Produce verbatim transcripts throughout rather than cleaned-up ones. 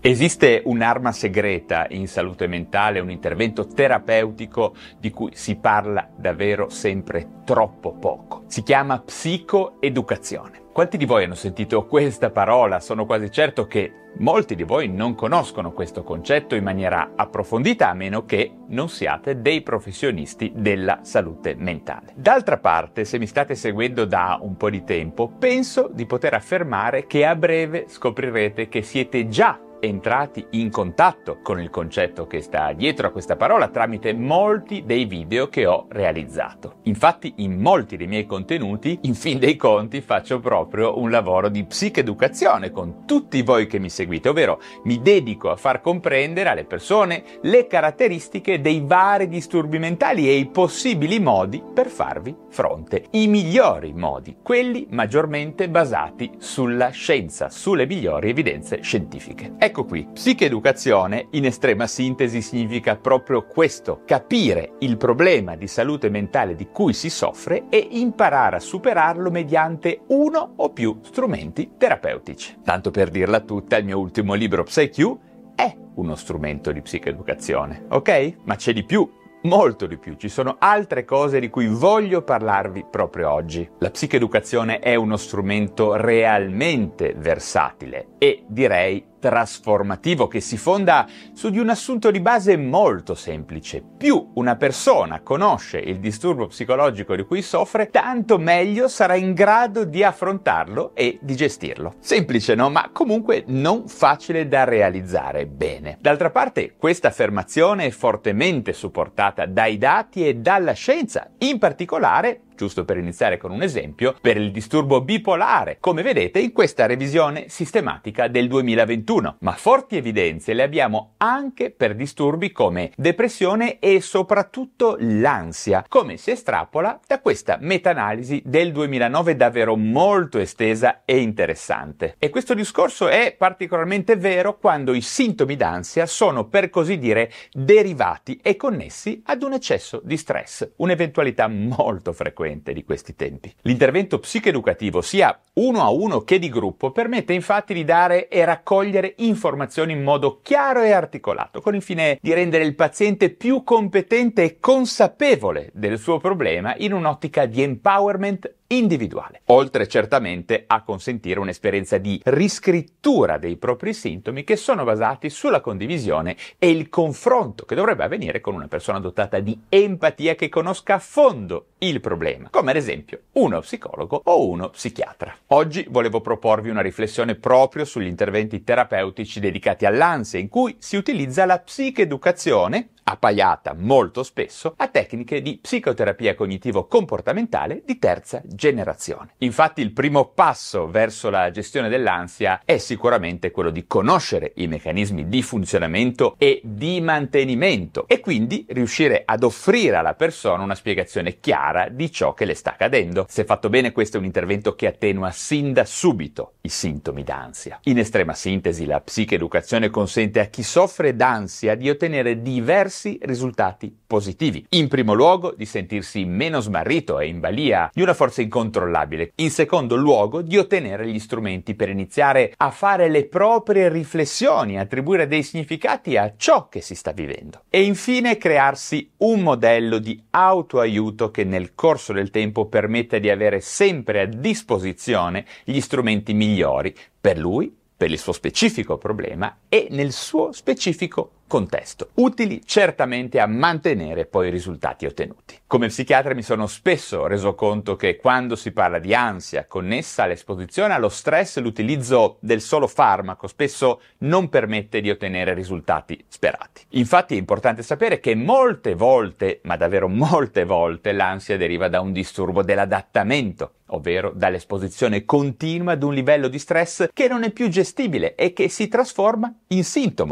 Esiste un'arma segreta in salute mentale, un intervento terapeutico di cui si parla davvero sempre troppo poco. Si chiama psicoeducazione. Quanti di voi hanno sentito questa parola? Sono quasi certo che molti di voi non conoscono questo concetto in maniera approfondita, a meno che non siate dei professionisti della salute mentale. D'altra parte, se mi state seguendo da un po' di tempo, penso di poter affermare che a breve scoprirete che siete già entrati in contatto con il concetto che sta dietro a questa parola tramite molti dei video che ho realizzato. Infatti, in molti dei miei contenuti, in fin dei conti, faccio proprio un lavoro di psicoeducazione con tutti voi che mi seguite, ovvero mi dedico a far comprendere alle persone le caratteristiche dei vari disturbi mentali e i possibili modi per farvi fronte. I migliori modi, quelli maggiormente basati sulla scienza, sulle migliori evidenze scientifiche. Ecco qui, psicoeducazione in estrema sintesi significa proprio questo: capire il problema di salute mentale di cui si soffre e imparare a superarlo mediante uno o più strumenti terapeutici. Tanto per dirla tutta, il mio ultimo libro PsyQ è uno strumento di psicoeducazione, ok? Ma c'è di più. Molto di più, ci sono altre cose di cui voglio parlarvi proprio oggi. La psicoeducazione è uno strumento realmente versatile e direi trasformativo, che si fonda su di un assunto di base molto semplice: più una persona conosce il disturbo psicologico di cui soffre, tanto meglio sarà in grado di affrontarlo e di gestirlo. Semplice, no? Ma comunque non facile da realizzare bene. D'altra parte, questa affermazione è fortemente supportata dai dati e dalla scienza, in particolare, giusto per iniziare con un esempio, per il disturbo bipolare, come vedete in questa revisione sistematica del duemilaventuno. Ma forti evidenze le abbiamo anche per disturbi come depressione e soprattutto l'ansia, come si estrapola da questa meta-analisi del duemilanove davvero molto estesa e interessante. E questo discorso è particolarmente vero quando i sintomi d'ansia sono, per così dire, derivati e connessi ad un eccesso di stress, un'eventualità molto frequente di questi tempi. L'intervento psicoeducativo, sia uno a uno che di gruppo, permette infatti di dare e raccogliere informazioni in modo chiaro e articolato, con il fine di rendere il paziente più competente e consapevole del suo problema in un'ottica di empowerment individuale, oltre certamente a consentire un'esperienza di riscrittura dei propri sintomi che sono basati sulla condivisione e il confronto che dovrebbe avvenire con una persona dotata di empatia che conosca a fondo il problema, come ad esempio uno psicologo o uno psichiatra. Oggi volevo proporvi una riflessione proprio sugli interventi terapeutici dedicati all'ansia, in cui si utilizza la psicoeducazione, appaiata molto spesso a tecniche di psicoterapia cognitivo-comportamentale di terza generazione. Infatti il primo passo verso la gestione dell'ansia è sicuramente quello di conoscere i meccanismi di funzionamento e di mantenimento e quindi riuscire ad offrire alla persona una spiegazione chiara di ciò che le sta accadendo. Se fatto bene, questo è un intervento che attenua sin da subito i sintomi d'ansia. In estrema sintesi, la psicoeducazione consente a chi soffre d'ansia di ottenere diversi risultati positivi. In primo luogo, di sentirsi meno smarrito e in balia di una forza incontrollabile. In secondo luogo, di ottenere gli strumenti per iniziare a fare le proprie riflessioni, attribuire dei significati a ciò che si sta vivendo. E infine crearsi un modello di autoaiuto che nel corso del tempo permetta di avere sempre a disposizione gli strumenti migliori per lui, per il suo specifico problema e nel suo specifico contesto, utili certamente a mantenere poi i risultati ottenuti. Come psichiatra mi sono spesso reso conto che quando si parla di ansia connessa all'esposizione allo stress, l'utilizzo del solo farmaco spesso non permette di ottenere risultati sperati. Infatti è importante sapere che molte volte, ma davvero molte volte, l'ansia deriva da un disturbo dell'adattamento, ovvero dall'esposizione continua ad un livello di stress che non è più gestibile e che si trasforma in sintomo.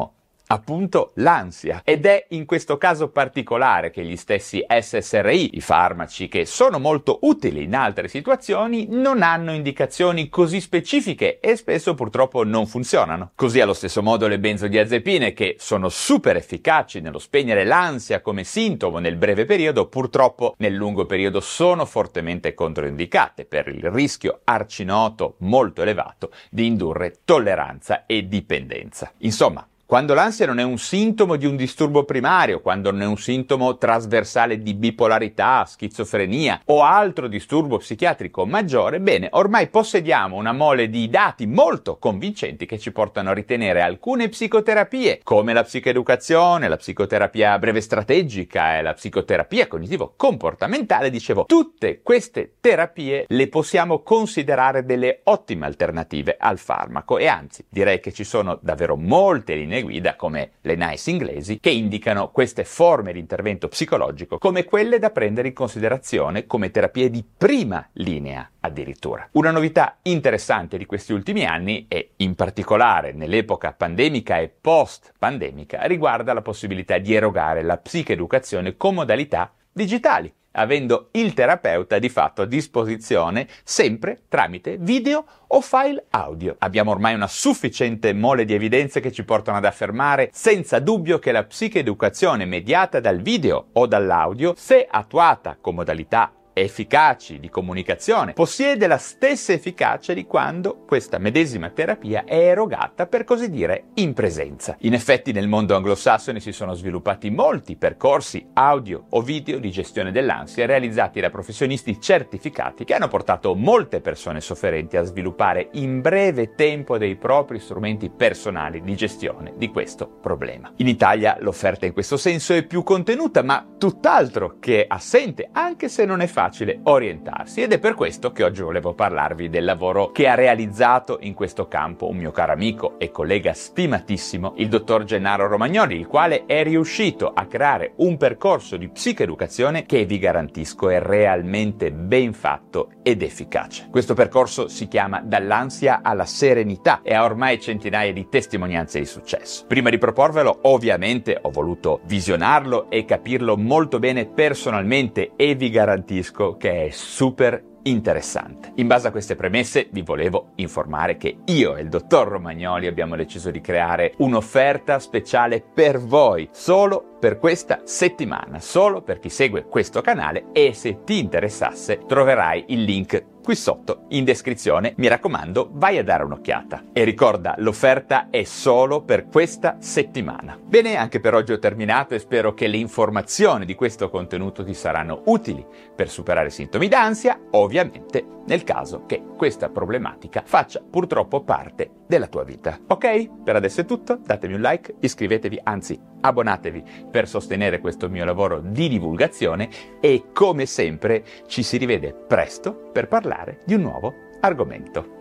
appunto l'ansia. Ed è in questo caso particolare che gli stessi S S R I, i farmaci che sono molto utili in altre situazioni, non hanno indicazioni così specifiche e spesso purtroppo non funzionano. Così allo stesso modo le benzodiazepine, che sono super efficaci nello spegnere l'ansia come sintomo nel breve periodo, purtroppo nel lungo periodo sono fortemente controindicate per il rischio arcinoto molto elevato di indurre tolleranza e dipendenza. Insomma, quando l'ansia non è un sintomo di un disturbo primario, quando non è un sintomo trasversale di bipolarità, schizofrenia o altro disturbo psichiatrico maggiore, bene, ormai possediamo una mole di dati molto convincenti che ci portano a ritenere alcune psicoterapie, come la psicoeducazione, la psicoterapia breve strategica e la psicoterapia cognitivo-comportamentale, dicevo, tutte queste terapie le possiamo considerare delle ottime alternative al farmaco e anzi, direi che ci sono davvero molte linee guida come le NICE inglesi che indicano queste forme di intervento psicologico come quelle da prendere in considerazione come terapie di prima linea addirittura. Una novità interessante di questi ultimi anni e in particolare nell'epoca pandemica e post-pandemica riguarda la possibilità di erogare la psicoeducazione con modalità digitali, avendo il terapeuta di fatto a disposizione sempre tramite video o file audio. Abbiamo ormai una sufficiente mole di evidenze che ci portano ad affermare senza dubbio che la psicoeducazione mediata dal video o dall'audio, se attuata con modalità efficaci di comunicazione, possiede la stessa efficacia di quando questa medesima terapia è erogata, per così dire, in presenza. In effetti nel mondo anglosassone si sono sviluppati molti percorsi audio o video di gestione dell'ansia realizzati da professionisti certificati che hanno portato molte persone sofferenti a sviluppare in breve tempo dei propri strumenti personali di gestione di questo problema. In Italia l'offerta in questo senso è più contenuta, ma tutt'altro che assente, anche se non è facile orientarsi, ed è per questo che oggi volevo parlarvi del lavoro che ha realizzato in questo campo un mio caro amico e collega stimatissimo, il dottor Gennaro Romagnoli, il quale è riuscito a creare un percorso di psicoeducazione che vi garantisco è realmente ben fatto ed efficace. Questo percorso si chiama Dall'ansia alla serenità e ha ormai centinaia di testimonianze di successo. Prima di proporvelo, ovviamente ho voluto visionarlo e capirlo molto bene personalmente e vi garantisco che è super interessante. In base a queste premesse vi volevo informare che io e il dottor Romagnoli abbiamo deciso di creare un'offerta speciale per voi, solo per questa settimana, solo per chi segue questo canale, e se ti interessasse troverai il link qui sotto in descrizione. Mi raccomando, vai a dare un'occhiata. E ricorda, l'offerta è solo per questa settimana. Bene, anche per oggi ho terminato e spero che le informazioni di questo contenuto ti saranno utili per superare sintomi d'ansia, ovviamente nel caso che questa problematica faccia purtroppo parte della tua vita. Ok? Per adesso è tutto, datemi un like, iscrivetevi, anzi abbonatevi per sostenere questo mio lavoro di divulgazione e come sempre ci si rivede presto per parlare di un nuovo argomento.